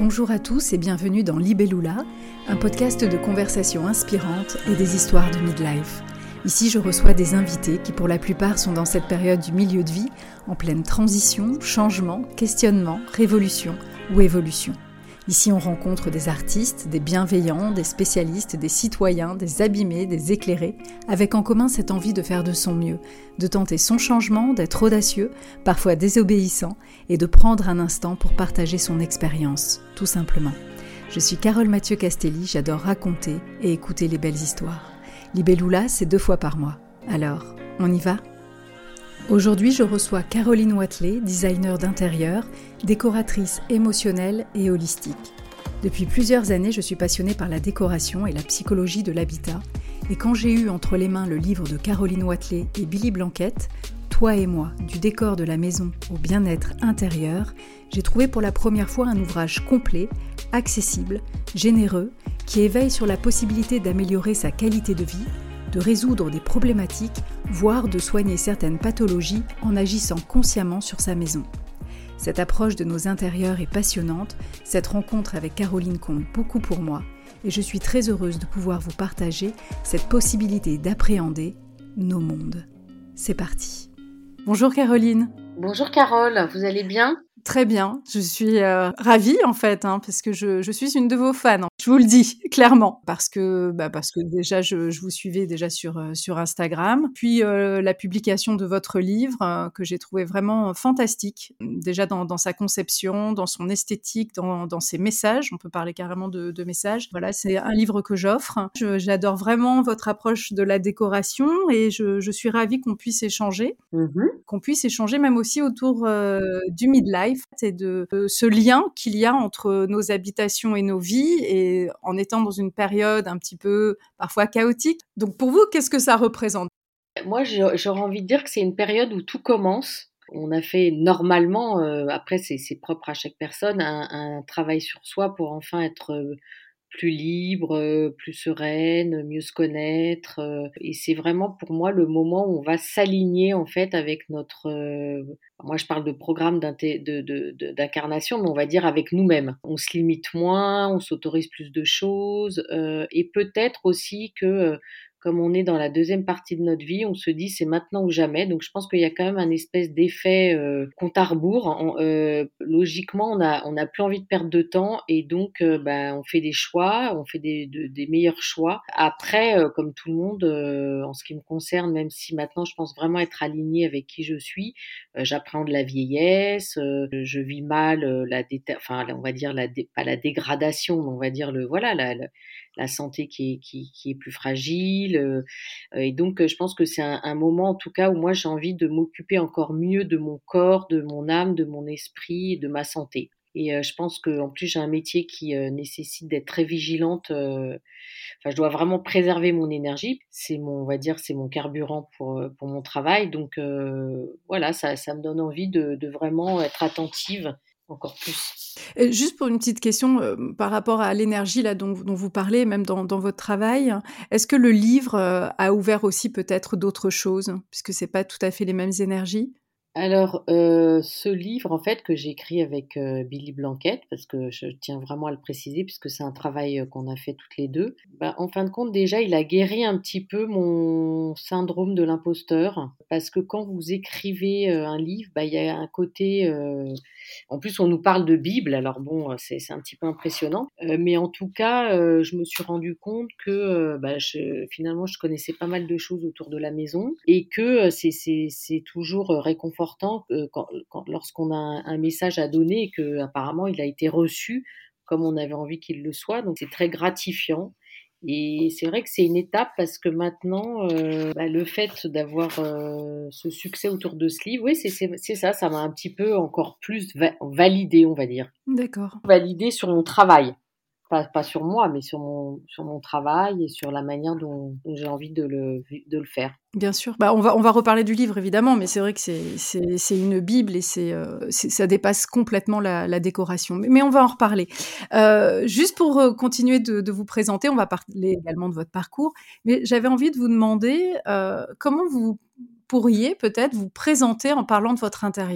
Bonjour à tous et bienvenue dans Libellula, un podcast de conversations inspirantes et des histoires de midlife. Ici, je reçois des invités qui pour la plupart sont dans cette période du milieu de vie, en pleine transition, changement, questionnement, révolution ou évolution. Ici, on rencontre des artistes, des bienveillants, des spécialistes, des citoyens, des abîmés, des éclairés, avec en commun cette envie de faire de son mieux, de tenter son changement, d'être audacieux, parfois désobéissant, et de prendre un instant pour partager son expérience, tout simplement. Je suis Carole Mathieu Castelli, j'adore raconter et écouter les belles histoires. Libellula, c'est 2 fois par mois. Alors, on y va ? Aujourd'hui, je reçois Caroline Wathelet, designer d'intérieur, décoratrice émotionnelle et holistique. Depuis plusieurs années, je suis passionnée par la décoration et la psychologie de l'habitat. Et quand j'ai eu entre les mains le livre de Caroline Wathelet et Billy Blanquette, Toi et moi, du décor de la maison au bien-être intérieur, j'ai trouvé pour la première fois un ouvrage complet, accessible, généreux, qui éveille sur la possibilité d'améliorer sa qualité de vie, de résoudre des problématiques, voire de soigner certaines pathologies en agissant consciemment sur sa maison. Cette approche de nos intérieurs est passionnante, cette rencontre avec Caroline compte beaucoup pour moi, et je suis très heureuse de pouvoir vous partager cette possibilité d'appréhender nos mondes. C'est parti. Bonjour Caroline. Bonjour Carole, vous allez bien ? Très bien, je suis ravie en fait, parce que je suis une de vos fans, je vous le dis clairement, parce que déjà je vous suivais déjà sur Instagram, puis la publication de votre livre que j'ai trouvé vraiment fantastique, déjà dans sa conception, dans son esthétique, dans ses messages, on peut parler carrément de messages. Voilà, c'est un livre que j'offre. J'adore vraiment votre approche de la décoration et je suis ravie qu'on puisse échanger. Qu'on puisse échanger même aussi autour du midlife et de ce lien qu'il y a entre nos habitations et nos vies et en étant dans une période un petit peu parfois chaotique. Donc pour vous, qu'est-ce que ça représente ? Moi, j'aurais envie de dire que c'est une période où tout commence. On a fait normalement, après c'est propre à chaque personne, un travail sur soi pour enfin être plus libre, plus sereine, mieux se connaître. Et c'est vraiment pour moi le moment où on va s'aligner en fait avec notre... moi je parle de programme d'incarnation, mais on va dire avec nous-mêmes. On se limite moins, on s'autorise plus de choses. Et peut-être aussi que... comme on est dans la deuxième partie de notre vie, on se dit c'est maintenant ou jamais. Donc je pense qu'il y a quand même un espèce d'effet compte à rebours. Logiquement, on a plus envie de perdre de temps et donc on fait des choix, on fait des meilleurs choix. Après, comme tout le monde, en ce qui me concerne, même si maintenant je pense vraiment être alignée avec qui je suis, j'appréhende la vieillesse, je vis mal on va dire pas la dégradation, mais on va dire la santé qui est plus fragile. Et donc, je pense que c'est un moment, en tout cas, où moi, j'ai envie de m'occuper encore mieux de mon corps, de mon âme, de mon esprit, de ma santé. Et je pense qu'en plus, j'ai un métier qui nécessite d'être très vigilante. Je dois vraiment préserver mon énergie. On va dire, c'est mon carburant pour mon travail. Donc, voilà, ça me donne envie de vraiment être attentive encore plus. Juste pour une petite question par rapport à l'énergie là dont vous parlez, même dans votre travail, est-ce que le livre a ouvert aussi peut-être d'autres choses, puisque c'est pas tout à fait les mêmes énergies ? Alors, ce livre, en fait, que j'ai écrit avec Billy Blanquette, parce que je tiens vraiment à le préciser, puisque c'est un travail qu'on a fait toutes les deux. En fin de compte, déjà, il a guéri un petit peu mon syndrome de l'imposteur, parce que quand vous écrivez un livre, il y a un côté... en plus, on nous parle de Bible, alors bon, c'est un petit peu impressionnant. Mais en tout cas, je me suis rendu compte que finalement, je connaissais pas mal de choses autour de la maison et que c'est toujours réconfortant lorsqu'on a un message à donner et que apparemment il a été reçu comme on avait envie qu'il le soit. Donc c'est très gratifiant. Et c'est vrai que c'est une étape parce que maintenant, le fait d'avoir ce succès autour de ce livre, oui, c'est ça m'a un petit peu encore plus validé, on va dire. D'accord. Validé sur mon travail. Pas sur moi, mais sur mon travail et sur la manière dont j'ai envie de le faire. Bien sûr. On va reparler du livre évidemment, mais c'est vrai que c'est une bible et ça dépasse complètement la décoration. Mais on va en reparler. Juste pour continuer de vous présenter, on va parler également de votre parcours, mais j'avais envie de vous demander comment vous pourriez peut-être vous présenter en parlant de votre intérieur.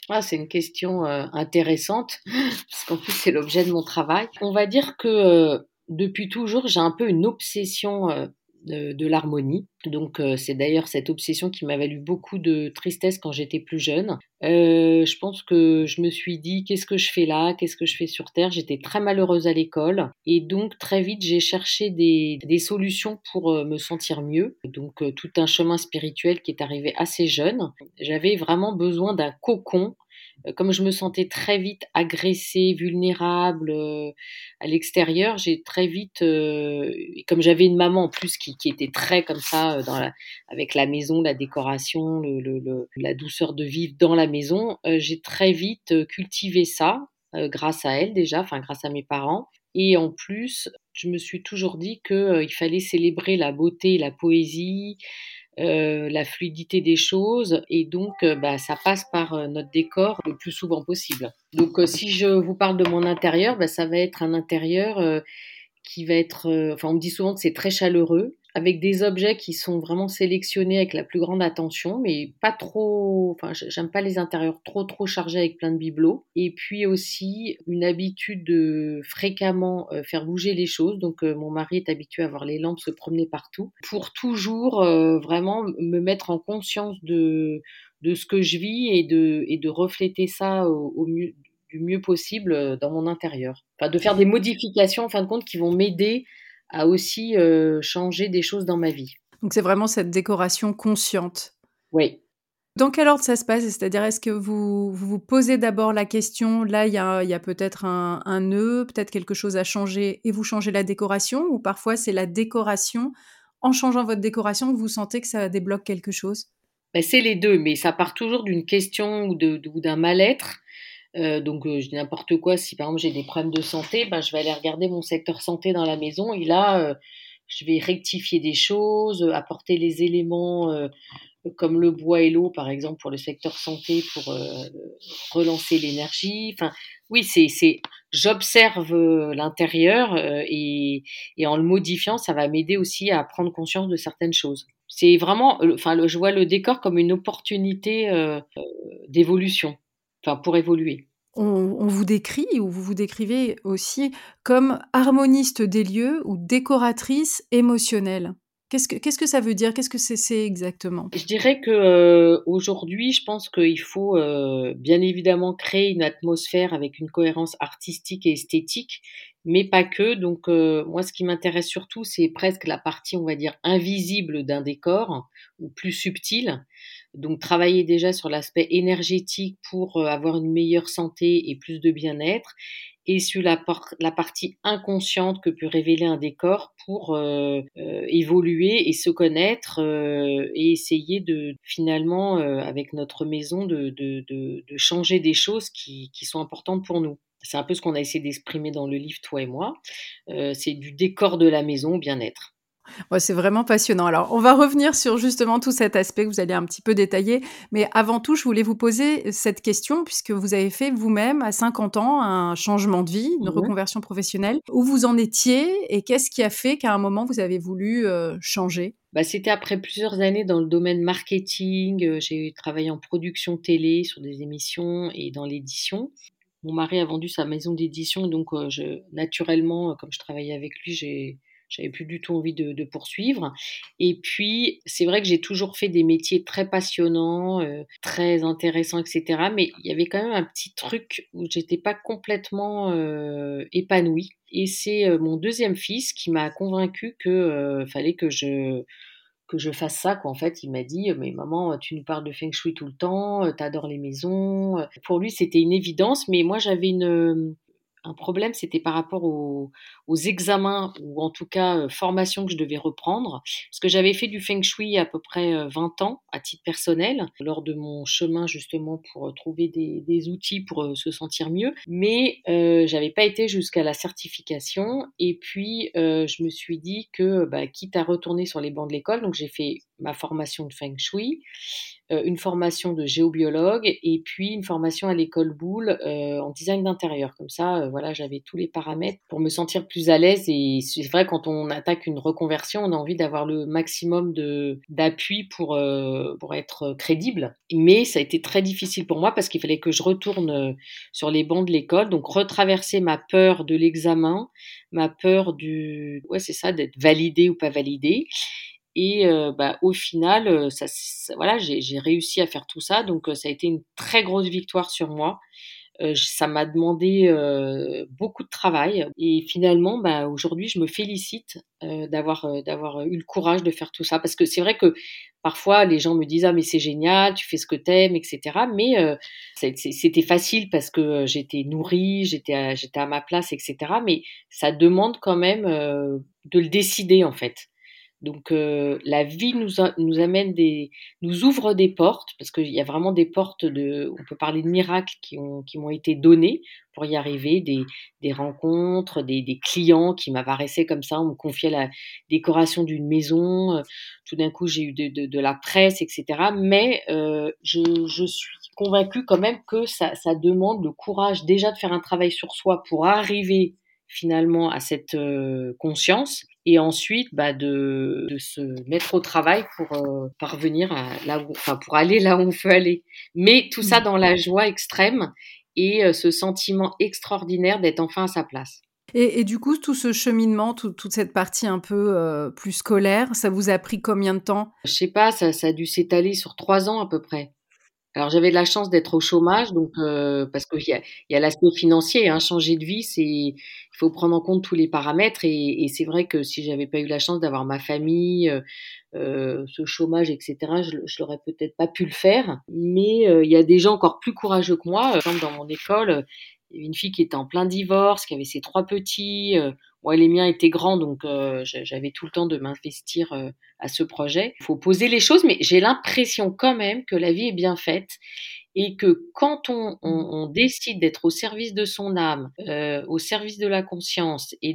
Ah, c'est une question, intéressante, parce qu'en plus c'est l'objet de mon travail. On va dire que, depuis toujours, j'ai un peu une obsession, de l'harmonie. Donc, c'est d'ailleurs cette obsession qui m'a valu beaucoup de tristesse quand j'étais plus jeune. Je pense que je me suis dit: «Qu'est-ce que je fais là? Qu'est-ce que je fais sur terre?» J'étais très malheureuse à l'école et donc très vite j'ai cherché des solutions pour, me sentir mieux. Donc, tout un chemin spirituel qui est arrivé assez jeune. J'avais vraiment besoin d'un cocon. Comme je me sentais très vite agressée, vulnérable, à l'extérieur, j'ai très vite, et comme j'avais une maman en plus qui était très comme ça, dans la avec la maison, la décoration, la douceur de vivre dans la maison, j'ai très vite, cultivé ça, grâce à elle déjà, enfin grâce à mes parents et en plus, je me suis toujours dit que, il fallait célébrer la beauté, la poésie, la fluidité des choses et donc bah, ça passe par, notre décor le plus souvent possible. Donc si je vous parle de mon intérieur, bah, ça va être un intérieur, qui va être, enfin on me dit souvent que c'est très chaleureux, avec des objets qui sont vraiment sélectionnés avec la plus grande attention, mais pas trop enfin j'aime pas les intérieurs trop chargés avec plein de bibelots et puis aussi une habitude de fréquemment, faire bouger les choses. Donc mon mari est habitué à voir les lampes se promener partout pour toujours, vraiment me mettre en conscience de ce que je vis et de refléter ça au mieux du mieux possible, dans mon intérieur. Enfin, de faire des modifications, en fin de compte, qui vont m'aider à aussi, changer des choses dans ma vie. Donc c'est vraiment cette décoration consciente. Oui. Dans quel ordre ça se passe? C'est-à-dire, est-ce que vous posez d'abord la question, là, il y a peut-être un nœud, peut-être quelque chose à changer et vous changez la décoration? Ou parfois c'est la décoration, en changeant votre décoration, que vous sentez que ça débloque quelque chose? Bah, c'est les 2, mais ça part toujours d'une question ou d'un mal-être. Donc je dis n'importe quoi, si par exemple j'ai des problèmes de santé, ben, je vais aller regarder mon secteur santé dans la maison et là, je vais rectifier des choses, apporter les éléments, comme le bois et l'eau, par exemple, pour le secteur santé, pour relancer l'énergie. Enfin, oui, j'observe l'intérieur et en le modifiant, ça va m'aider aussi à prendre conscience de certaines choses. C'est vraiment, enfin, je vois le décor comme une opportunité d'évolution, enfin, pour évoluer. On vous décrit ou vous vous décrivez aussi comme harmoniste des lieux ou décoratrice émotionnelle. Qu'est-ce que ça veut dire? Qu'est-ce que c'est exactement? Je dirais que, aujourd'hui, je pense qu'il faut, bien évidemment créer une atmosphère avec une cohérence artistique et esthétique, mais pas que. Donc, moi, ce qui m'intéresse surtout, c'est presque la partie, on va dire, invisible d'un décor ou plus subtile. Donc travailler déjà sur l'aspect énergétique pour, avoir une meilleure santé et plus de bien-être et sur la partie inconsciente que peut révéler un décor pour, évoluer et se connaître, et essayer de finalement, avec notre maison de changer des choses qui sont importantes pour nous. C'est un peu ce qu'on a essayé d'exprimer dans le livre, toi et moi. C'est du décor de la maison bien-être. Ouais, c'est vraiment passionnant. Alors, on va revenir sur justement tout cet aspect que vous allez un petit peu détailler. Mais avant tout, je voulais vous poser cette question, puisque vous avez fait vous-même, à 50 ans, un changement de vie, une Mmh. reconversion professionnelle. Où vous en étiez et qu'est-ce qui a fait qu'à un moment, vous avez voulu changer? Bah, c'était après plusieurs années dans le domaine marketing, j'ai travaillé en production télé sur des émissions et dans l'édition. Mon mari a vendu sa maison d'édition donc je naturellement, comme je travaillais avec lui, j'avais plus du tout envie de poursuivre et puis c'est vrai que j'ai toujours fait des métiers très passionnants, très intéressants et cetera, mais il y avait quand même un petit truc où j'étais pas complètement, épanouie et c'est, mon deuxième fils qui m'a convaincue que, fallait que je fasse ça quoi. En fait, il m'a dit: «Mais maman, tu nous parles de feng shui tout le temps, tu adores les maisons». Pour lui, c'était une évidence, mais moi j'avais un problème, c'était par rapport aux examens ou en tout cas, formations que je devais reprendre. Parce que j'avais fait du feng shui à peu près, 20 ans à titre personnel, lors de mon chemin justement pour, trouver des outils pour, se sentir mieux. Mais, j'avais pas été jusqu'à la certification et puis, je me suis dit que, bah, quitte à retourner sur les bancs de l'école, donc j'ai fait ma formation de Feng Shui, une formation de géobiologue et puis une formation à l'école Boulle, en design d'intérieur. Comme ça, voilà, j'avais tous les paramètres pour me sentir plus à l'aise et c'est vrai quand on attaque une reconversion, on a envie d'avoir le maximum d'appui pour être crédible. Mais ça a été très difficile pour moi parce qu'il fallait que je retourne, sur les bancs de l'école, donc retraverser ma peur de l'examen, ma peur ouais, c'est ça, d'être validée ou pas validée et au final, voilà, j'ai réussi à faire tout ça, donc ça a été une très grosse victoire sur moi. Ça m'a demandé, beaucoup de travail et finalement, aujourd'hui, je me félicite, d'avoir eu le courage de faire tout ça. Parce que c'est vrai que parfois les gens me disent: «Ah mais c'est génial, tu fais ce que tu aimes et cetera». Mais c'était facile parce que, j'étais nourrie, j'étais à ma place et cetera. Mais ça demande quand même, de le décider, en fait. Donc la vie nous ouvre des portes parce qu'il y a vraiment des portes on peut parler de miracles qui m'ont été données pour y arriver, des rencontres, des clients qui m'apparaissaient comme ça. On me confiait la décoration d'une maison, tout d'un coup j'ai eu de la presse et cetera. Mais je suis convaincue quand même que ça demande le courage déjà de faire un travail sur soi pour arriver finalement à cette, conscience et ensuite, de se mettre au travail pour, parvenir à pour aller là où on veut aller. Mais tout ça Mmh. dans la joie extrême et ce sentiment extraordinaire d'être enfin à sa place. Et du coup, tout ce cheminement, toute cette partie un peu, plus scolaire, ça vous a pris combien de temps? Je sais pas, ça a dû s'étaler sur 3 ans à peu près. Alors j'avais de la chance d'être au chômage donc parce qu'il y a l'aspect financier, hein. Changer de vie, il faut prendre en compte tous les paramètres et c'est vrai que si j'avais pas eu la chance d'avoir ma famille, ce chômage et cetera, je l'aurais peut-être pas pu le faire. Mais il y a des gens encore plus courageux que moi. Par exemple, dans mon école, il y avait une fille qui était en plein divorce, qui avait ses 3 petits, moi les miens étaient grands donc j'avais tout le temps de m'investir, à ce projet. Il faut poser les choses, mais j'ai l'impression quand même que la vie est bien faite et que quand on décide d'être au service de son âme, au service de la conscience et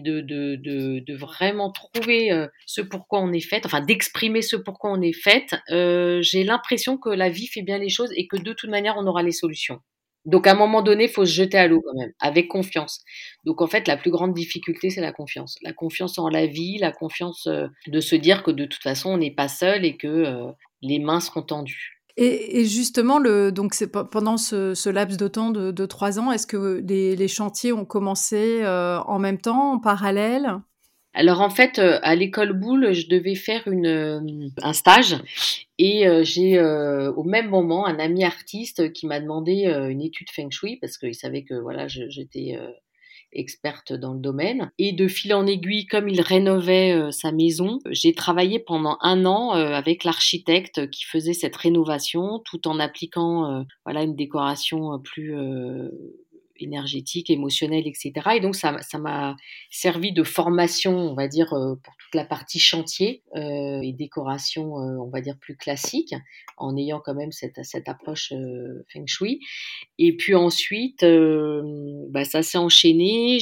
de vraiment trouver, ce pourquoi on est faite, enfin d'exprimer ce pourquoi on est faite, j'ai l'impression que la vie fait bien les choses et que de toute manière on aura les solutions. Donc à un moment donné, il faut se jeter à l'eau quand même, avec confiance. Donc en fait, la plus grande difficulté, c'est la confiance. La confiance en la vie, la confiance, de se dire que de toute façon, on n'est pas seul et que, les mains seront tendues. Et justement, donc c'est pendant ce laps de temps de 3 ans, est-ce que les chantiers ont commencé, en même temps, en parallèle? Alors en fait, à l'école Boulle, je devais faire un stage et j'ai, au même moment un ami artiste qui m'a demandé, une étude feng shui parce qu'il savait que voilà j'étais, experte dans le domaine et de fil en aiguille, comme il rénovait, sa maison, j'ai travaillé pendant 1 an, avec l'architecte qui faisait cette rénovation tout en appliquant, voilà une décoration, plus, énergétique, émotionnelle et cetera et donc ça m'a servi de formation, on va dire, pour toute la partie chantier, et décoration, on va dire plus classique, en ayant quand même cette approche, feng shui et puis ensuite, ça s'est enchaîné.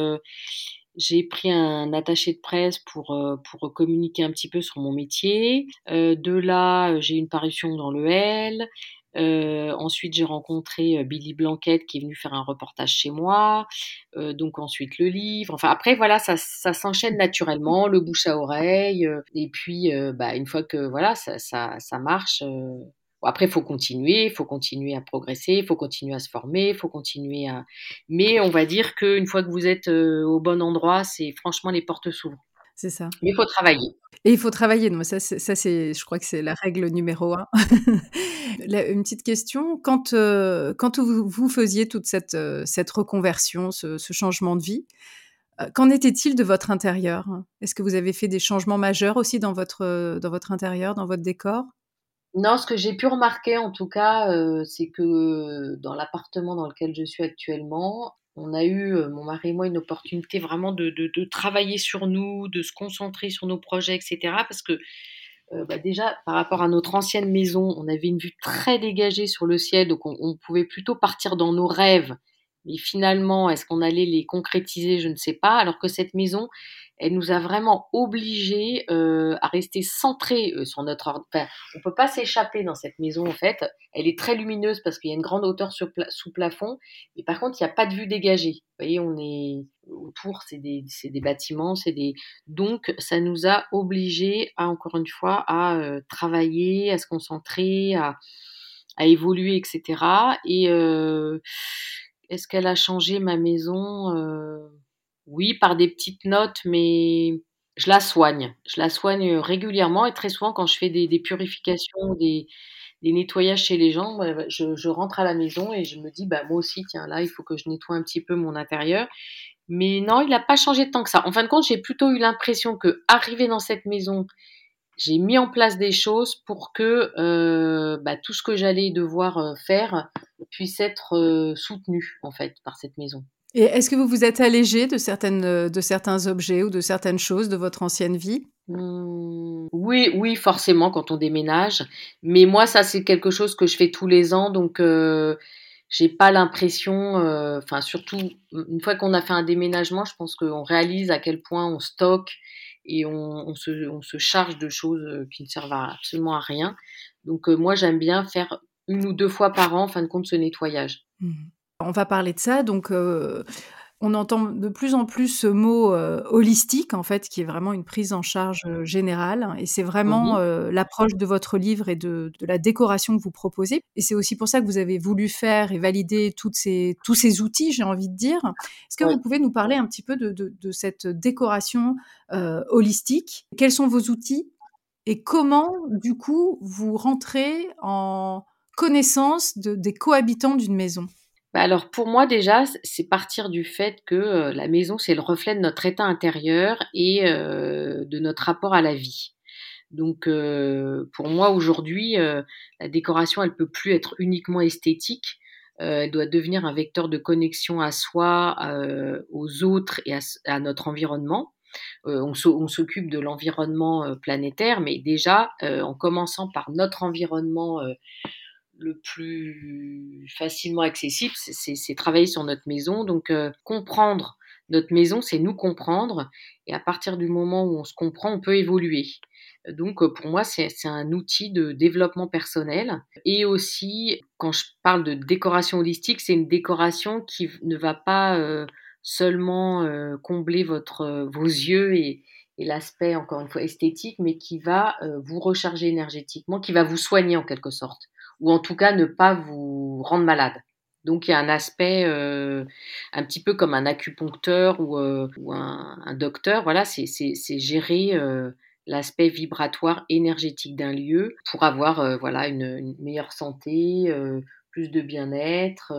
J'ai pris un attaché de presse pour communiquer un petit peu sur mon métier. De là, j'ai eu une parution dans le L. Ensuite, j'ai rencontré, Billy Blanquette qui est venu faire un reportage chez moi. Donc ensuite le livre. Enfin après voilà, ça s'enchaîne naturellement, le bouche à oreille, et puis, une fois que voilà, ça marche, bon après il faut continuer à progresser, il faut continuer à se former, il faut continuer à mais on va dire qu'une fois que vous êtes, au bon endroit, c'est franchement les portes s'ouvrent. C'est ça. Mais il faut travailler. Et il faut travailler, non, mais ça c'est je crois que c'est la règle numéro un. Une petite question, quand vous faisiez toute cette reconversion, ce changement de vie, qu'en était-il de votre intérieur? Est-ce que vous avez fait des changements majeurs aussi dans votre intérieur, dans votre décor? Non, ce que j'ai pu remarquer en tout cas, c'est que dans l'appartement dans lequel je suis actuellement, on a eu, mon mari et moi, une opportunité vraiment de travailler sur nous, de se concentrer sur nos projets et cetera. Parce que, déjà par rapport à notre ancienne maison, on avait une vue très dégagée sur le ciel, donc on pouvait plutôt partir dans nos rêves Mais finalement, est-ce qu'on allait les concrétiser? Je ne sais pas. Alors que cette maison, elle nous a vraiment obligés, à rester centrés, sur notre enfin, on peut pas s'échapper dans cette maison, en fait. Elle est très lumineuse parce qu'il y a une grande hauteur sous plafond, mais par contre, il y a pas de vue dégagée. Vous voyez, on est autour, c'est des bâtiments, donc ça nous a obligés à, encore une fois, à, travailler, à se concentrer, à évoluer et cetera et est-ce qu'elle a changé ma maison? Oui, par des petites notes, mais je la soigne. Je la soigne, régulièrement et très souvent quand je fais des purifications, des nettoyages chez les gens, je rentre à la maison et je me dis: «Bah, moi aussi, tiens, là, il faut que je nettoie un petit peu mon intérieur». Mais non, il a pas changé tant que ça. En fin de compte, j'ai plutôt eu l'impression qu'arrivée dans cette maison, j'ai mis en place des choses pour que, bah, tout ce que j'allais devoir, faire puisse être, soutenu, en fait, par cette maison. Et est-ce que vous vous êtes allégé de certains objets ou de certaines choses de votre ancienne vie? Oui, oui, forcément quand on déménage, mais moi ça c'est quelque chose que je fais tous les ans donc j'ai pas l'impression, enfin surtout une fois qu'on a fait un déménagement, je pense qu'on réalise à quel point on stocke et on se charge de choses, qui ne servent absolument à rien. Donc moi j'aime bien faire 1 ou 2 fois par an, en fin de compte, ce nettoyage. Mmh. On va parler de ça, donc on entend de plus en plus ce mot, holistique, en fait, qui est vraiment une prise en charge, générale et c'est vraiment, Mmh. l'approche de votre livre et de la décoration que vous proposez et c'est aussi pour ça que vous avez voulu faire et valider tous ces outils, j'ai envie de dire. Est-ce que Oui. vous pouvez nous parler un petit peu de cette décoration, holistique? Quels sont vos outils et comment, du coup, vous rentrez en connaissance des cohabitants d'une maison? Bah, alors pour moi déjà, c'est partir du fait que, la maison, c'est le reflet de notre état intérieur et de notre rapport à la vie. Donc pour moi aujourd'hui, la décoration, elle peut plus être uniquement esthétique, elle doit devenir un vecteur de connexion à soi, aux autres et à notre environnement. On s'occupe de l'environnement, planétaire, mais déjà, en commençant par notre environnement, le plus facilement accessible, c'est travailler sur notre maison. Donc, comprendre notre maison, c'est nous comprendre et à partir du moment où on se comprend, on peut évoluer. Donc, pour moi, c'est un outil de développement personnel et aussi, quand je parle de décoration holistique, c'est une décoration qui ne va pas, seulement, combler vos yeux et l'aspect, encore une fois, esthétique, mais qui va, vous recharger énergétiquement, qui va vous soigner en quelque sorte ou en tout cas ne pas vous rendre malade. Donc il y a un aspect, un petit peu comme un acupuncteur ou un docteur, voilà, c'est gérer, l'aspect vibratoire énergétique d'un lieu pour avoir, voilà une meilleure santé, plus de bien-être,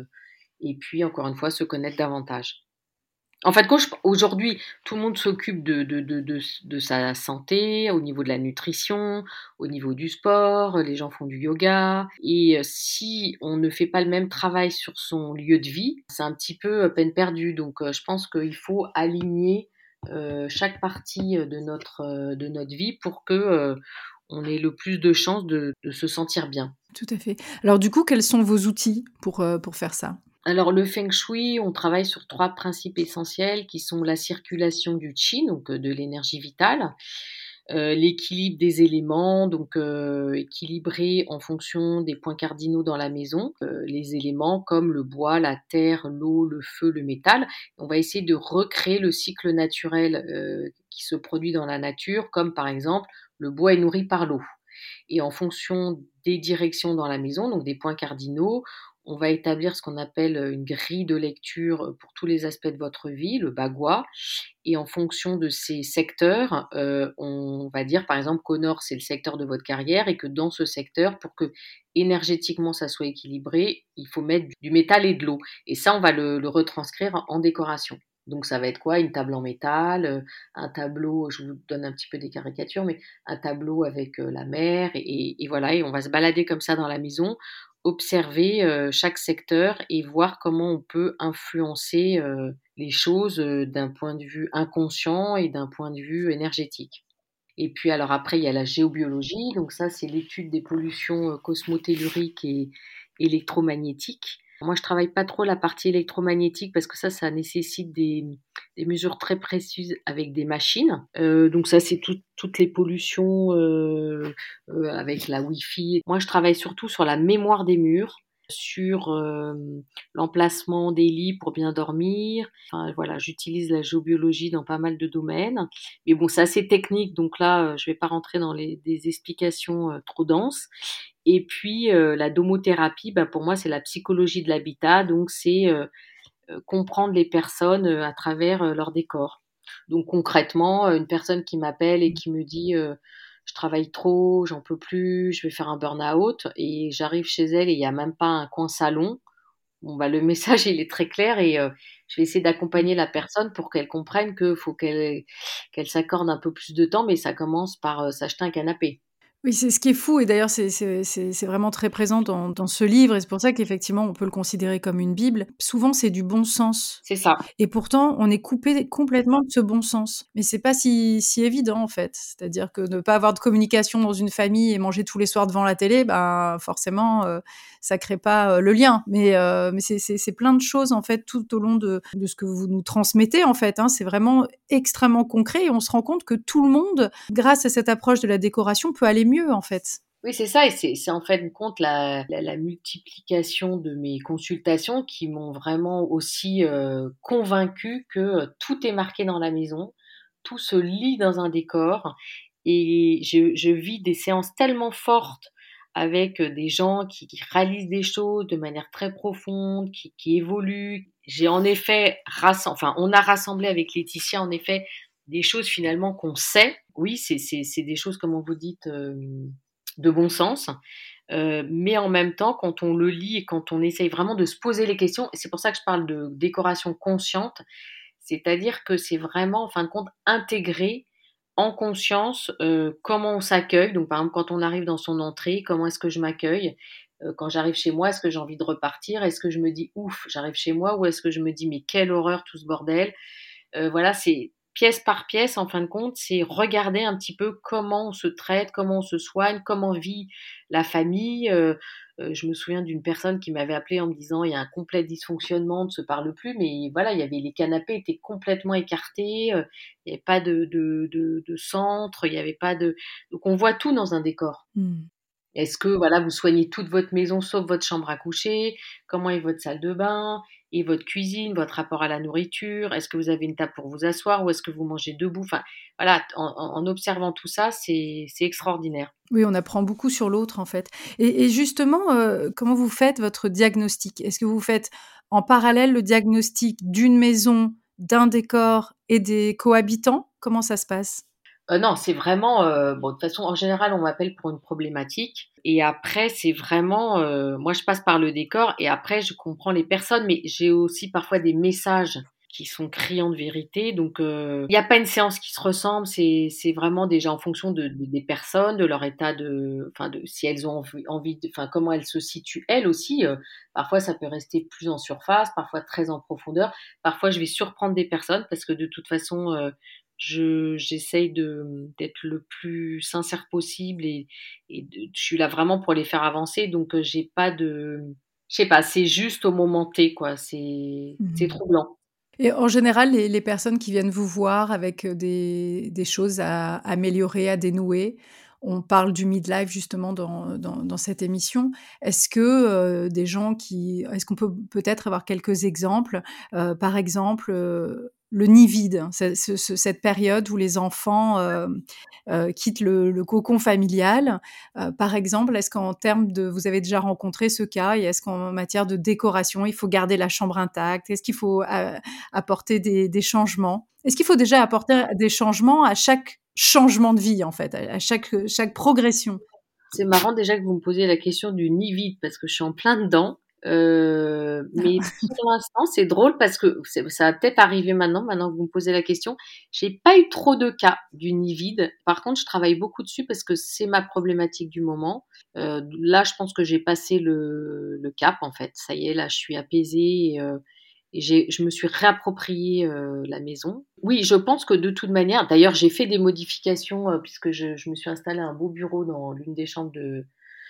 et puis encore une fois se connaître davantage. En fin de compte, aujourd'hui, tout le monde s'occupe de sa santé, au niveau de la nutrition, au niveau du sport, les gens font du yoga et si on ne fait pas le même travail sur son lieu de vie, c'est un petit peu, peine perdue. Donc je pense qu'il faut aligner, chaque partie, de notre vie pour que, on ait le plus de chances de se sentir bien. Tout à fait. Alors du coup, quels sont vos outils pour faire ça? Alors le feng shui, on travaille sur 3 principes essentiels qui sont la circulation du qi, donc de l'énergie vitale, l'équilibre des éléments, donc équilibrer en fonction des points cardinaux dans la maison, les éléments comme le bois, la terre, l'eau, le feu, le métal. On va essayer de recréer le cycle naturel, qui se produit dans la nature, comme par exemple le bois est nourri par l'eau et en fonction des directions dans la maison, donc des points cardinaux, on va établir ce qu'on appelle une grille de lecture pour tous les aspects de votre vie, le bagua. Et en fonction de ces secteurs, on va dire par exemple qu'au nord, c'est le secteur de votre carrière et que dans ce secteur, pour que énergétiquement ça soit équilibré, il faut mettre du métal et de l'eau. Et ça, on va le retranscrire en décoration. Donc ça va être quoi? Une table en métal, un tableau, je vous donne un petit peu des caricatures, mais un tableau avec, la mer et voilà et on va se balader comme ça dans la maison, observer, chaque secteur et voir comment on peut influencer, les choses, d'un point de vue inconscient et d'un point de vue énergétique. Et puis alors après il y a la géobiologie, donc ça c'est l'étude des pollutions, cosmotelluriques et électromagnétiques. Moi, je travaille pas trop la partie électromagnétique parce que ça nécessite des mesures très précises avec des machines. Donc ça, c'est toutes les pollutions, avec la Wi-Fi. Moi, je travaille surtout sur la mémoire des murs, sur, l'emplacement des lits pour bien dormir. Enfin voilà, j'utilise la géobiologie dans pas mal de domaines. Mais bon, c'est assez technique, donc là, je vais pas rentrer dans des explications, trop denses. Et puis, la domothérapie, bah, pour moi, c'est la psychologie de l'habitat, donc c'est, comprendre les personnes, à travers, leur décor. Donc concrètement, une personne qui m'appelle et qui me dit, «Je travaille trop, j'en peux plus, je vais faire un burn-out» et j'arrive chez elle et il y a même pas un coin salon. Bon, bah, le message, il est très clair et je vais essayer d'accompagner la personne pour qu'elle comprenne qu'il faut qu'elle s'accorde un peu plus de temps, mais ça commence par, s'acheter un canapé. Oui, c'est ce qui est fou et d'ailleurs c'est vraiment très présent dans ce livre et c'est pour ça qu'effectivement on peut le considérer comme une bible. Souvent, c'est du bon sens C'est ça. et pourtant on est coupé complètement de ce bon sens. Mais c'est pas si évident en fait. C'est-à-dire que ne pas avoir de communication dans une famille et manger tous les soirs devant la télé, ben, forcément, ça crée pas, le lien. Mais c'est plein de choses en fait tout au long de ce que vous nous transmettez en fait, hein. C'est vraiment extrêmement concret et on se rend compte que tout le monde, grâce à cette approche de la décoration, peut aller mieux en fait. Oui, c'est ça et c'est en fait de compte la multiplication de mes consultations qui m'ont vraiment aussi, convaincue que, tout est marqué dans la maison, tout se lit dans un décor et je vis des séances tellement fortes avec, des gens qui réalisent des choses de manière très profonde, qui évoluent. J'ai en effet on a rassemblé avec Laetitia en effet des choses finalement qu'on sait. Oui, c'est des choses comme vous dites, de bon sens, mais en même temps, quand on le lit et quand on essaye vraiment de se poser les questions et c'est pour ça que je parle de décoration consciente, c'est-à-dire que c'est vraiment, en fin de compte, intégrer en conscience, comment on s'accueille. Donc par exemple, quand on arrive dans son entrée, comment est-ce que je m'accueille? Quand j'arrive chez moi, est-ce que j'ai envie de repartir? Est-ce que je me dis: «Ouf, j'arrive chez moi» ou est-ce que je me dis: «Mais quelle horreur tout ce bordel»? Voilà, c'est pièce par pièce, en fin de compte, c'est regarder un petit peu comment on se traite, comment on se soigne, comment vit la famille. Je me souviens d'une personne qui m'avait appelée en me disant: «Il y a un complet dysfonctionnement, on ne se parle plus», mais voilà, il y avait les canapés étaient complètement écartés, il y avait pas de centre, il y avait pas de donc on voit tout dans un décor. Mmh. Est-ce que voilà, vous soignez toute votre maison sauf votre chambre à coucher? Comment est votre salle de bain et votre cuisine, votre rapport à la nourriture? Est-ce que vous avez une table pour vous asseoir ou est-ce que vous mangez debout? Enfin, voilà, en observant tout ça, c'est extraordinaire. Oui, on apprend beaucoup sur l'autre, en fait. Et justement, comment vous faites votre diagnostic? Est-ce que vous faites en parallèle le diagnostic d'une maison, d'un décor et des cohabitants? Comment ça se passe? Non, c'est vraiment, bon, de toute façon, en général, on m'appelle pour une problématique et après, c'est vraiment, moi, je passe par le décor et après, je comprends les personnes, mais j'ai aussi parfois des messages qui sont criants de vérité donc il y a pas une séance qui se ressemble, c'est vraiment déjà en fonction des personnes, de leur état de si elles ont envie de enfin, comment elles se situent elles aussi, parfois ça peut rester plus en surface, parfois très en profondeur. Parfois, je vais surprendre des personnes parce que de toute façon, j'essaye d'être le plus sincère possible et je suis là vraiment pour les faire avancer donc j'ai pas de je sais pas, c'est juste au moment T quoi, c'est Mmh. troublant. Et en général, les personnes qui viennent vous voir avec, des choses à améliorer, à dénouer, on parle du midlife justement dans cette émission. Est-ce que, des gens qui est-ce qu'on peut peut-être avoir quelques exemples? Par exemple, le nid vide, hein, cette période où les enfants, quittent le cocon familial. Par exemple, est-ce qu'en termes de vous avez déjà rencontré ce cas et est-ce qu'en matière de décoration, il faut garder la chambre intacte? Est-ce qu'il faut, apporter des changements? Est-ce qu'il faut déjà apporter des changements à chaque changement de vie, en fait, à chaque progression? C'est marrant déjà que vous me posiez la question du nid vide parce que je suis en plein dedans, mais pour l'instant, c'est drôle parce que ça va peut-être arriver maintenant que vous me posez la question. J'ai pas eu trop de cas du nid vide. Par contre, je travaille beaucoup dessus parce que c'est ma problématique du moment. Là, je pense que j'ai passé le cap en fait. Ça y est, là, je suis apaisée et je me suis réapproprié, la maison. Oui, je pense que de toute manière d'ailleurs, j'ai fait des modifications, puisque je me suis installée un beau bureau dans l'une des chambres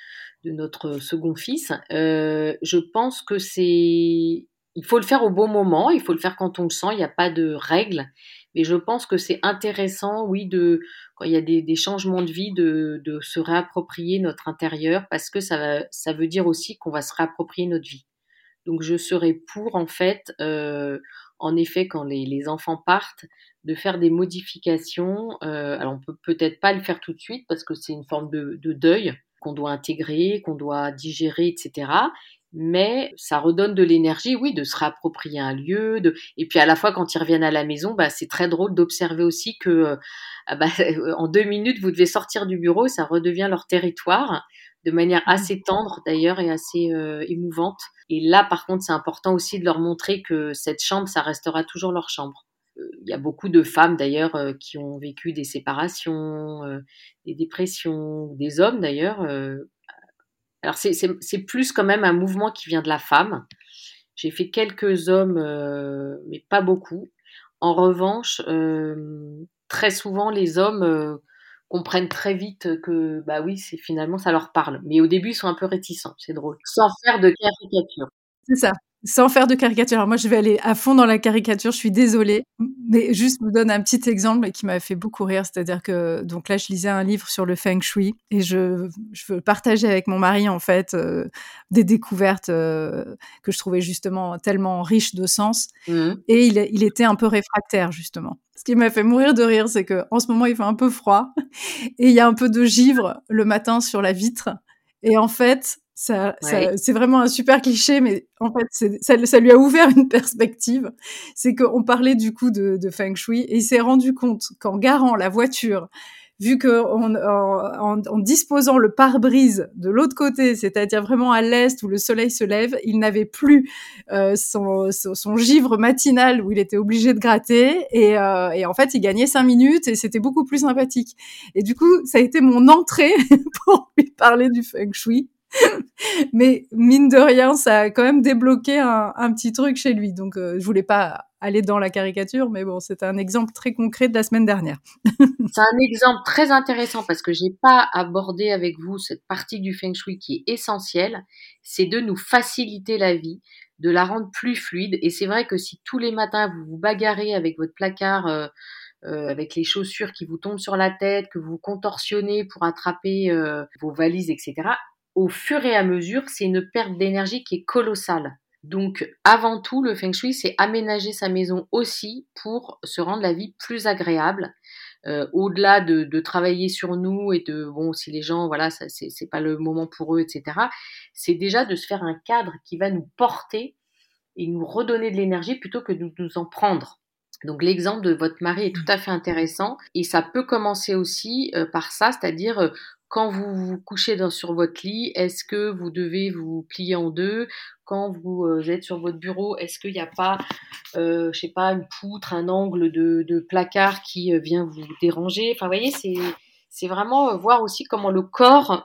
de notre second fils. Je pense que il faut le faire au bon moment, il faut le faire quand on le sent, il n'y a pas de règle. Mais je pense que c'est intéressant, oui, quand il y a des changements de vie, de se réapproprier notre intérieur, parce que ça veut dire aussi qu'on va se réapproprier notre vie. Donc je serais pour, en fait, en effet, quand les enfants partent, de faire des modifications. Alors on peut peut-être pas le faire tout de suite parce que c'est une forme de deuil qu'on doit intégrer, qu'on doit digérer, et cetera. Mais ça redonne de l'énergie, oui, de se réapproprier un lieu. Et puis à la fois, quand ils reviennent à la maison, bah, c'est très drôle d'observer aussi que ah bah, en 2 minutes, vous devez sortir du bureau, ça redevient leur territoire, de manière assez tendre d'ailleurs et assez émouvante. Et là, par contre, c'est important aussi de leur montrer que cette chambre, ça restera toujours leur chambre. Il y a beaucoup de femmes d'ailleurs qui ont vécu des séparations, des dépressions, des hommes d'ailleurs. Alors c'est plus quand même un mouvement qui vient de la femme. J'ai fait quelques hommes, mais pas beaucoup. En revanche, très souvent, les hommes comprennent très vite que, bah oui, c'est finalement ça leur parle. Mais au début, ils sont un peu réticents, c'est drôle. Sans faire de caricature. C'est ça, sans faire de caricature. Alors moi, je vais aller à fond dans la caricature, je suis désolée, mais juste je vous donne un petit exemple qui m'a fait beaucoup rire. C'est-à-dire que donc là, je lisais un livre sur le feng shui et je veux partager avec mon mari, en fait, des découvertes, que je trouvais justement tellement riches de sens Mmh. et il était un peu réfractaire, justement. Ce qui m'a fait mourir de rire, c'est qu'en ce moment, il fait un peu froid et il y a un peu de givre le matin sur la vitre. Et en fait, Ouais. c'est vraiment un super cliché, mais en fait, ça lui a ouvert une perspective. C'est qu'on parlait du coup de feng shui et il s'est rendu compte qu'en garant la voiture, vu en disposant le pare-brise de l'autre côté, c'est-à-dire vraiment à l'est où le soleil se lève, il n'avait plus son givre matinal où il était obligé de gratter et en fait, il gagnait 5 minutes et c'était beaucoup plus sympathique. Et du coup, ça a été mon entrée pour lui parler du feng shui. Mais mine de rien, ça a quand même débloqué un petit truc chez lui. Donc, je voulais pas aller dans la caricature, mais bon, c'est un exemple très concret de la semaine dernière. C'est un exemple très intéressant parce que j'ai pas abordé avec vous cette partie du feng shui qui est essentielle, c'est de nous faciliter la vie, de la rendre plus fluide. Et c'est vrai que si tous les matins vous vous bagarrez avec votre placard, avec les chaussures qui vous tombent sur la tête, que vous contorsionnez pour attraper vos valises, etc., au fur et à mesure, c'est une perte d'énergie qui est colossale. Donc, avant tout, le feng shui, c'est aménager sa maison aussi pour se rendre la vie plus agréable. Au-delà de travailler sur nous et bon, si les gens, voilà, ça, c'est pas le moment pour eux, etc., c'est déjà de se faire un cadre qui va nous porter et nous redonner de l'énergie plutôt que de nous en prendre. Donc l'exemple de votre mari est tout à fait intéressant et ça peut commencer aussi par ça, c'est-à-dire quand vous vous couchez sur votre lit, est-ce que vous devez vous plier en deux? Quand vous êtes sur votre bureau, est-ce qu'il n'y a pas, je sais pas, une poutre, un angle de placard qui vient vous déranger? Enfin, vous voyez, c'est vraiment voir aussi comment le corps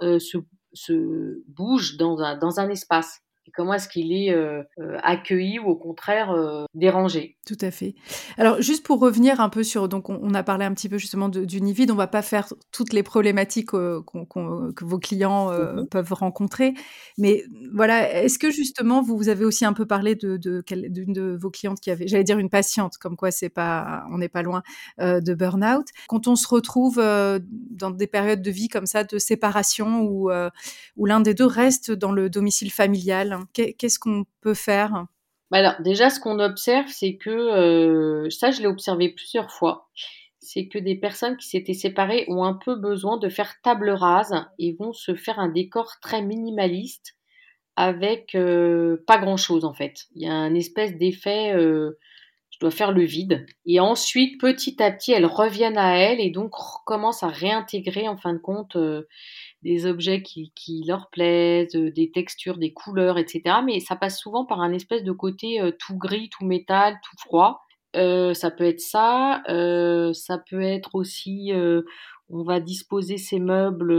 se bouge dans un espace. Et comment est-ce qu'il est accueilli ou au contraire dérangé. Tout à fait. Alors, juste pour revenir un peu sur, donc on a parlé un petit peu justement du nid vide, on va pas faire toutes les problématiques que vos clients Mhm. peuvent rencontrer, mais voilà, est-ce que justement vous avez aussi un peu parlé d'une de vos clientes qui avait, j'allais dire une patiente, comme quoi on n'est pas loin de burn-out. Quand on se retrouve dans des périodes de vie comme ça, de séparation, où l'un des deux reste dans le domicile familial, hein, qu'est-ce qu'on peut faire? Bah alors déjà, ce qu'on observe, c'est que ça, je l'ai observé plusieurs fois, c'est que des personnes qui s'étaient séparées ont un peu besoin de faire table rase et vont se faire un décor très minimaliste avec pas grand-chose en fait. Il y a un espèce d'effet je dois faire le vide. Et ensuite, petit à petit, elles reviennent à elles et donc commencent à réintégrer en fin de compte des objets qui leur plaisent, des textures, des couleurs, etc. Mais ça passe souvent par un espèce de côté tout gris, tout métal, tout froid. Ça peut être ça. Ça peut être aussi, on va disposer ces meubles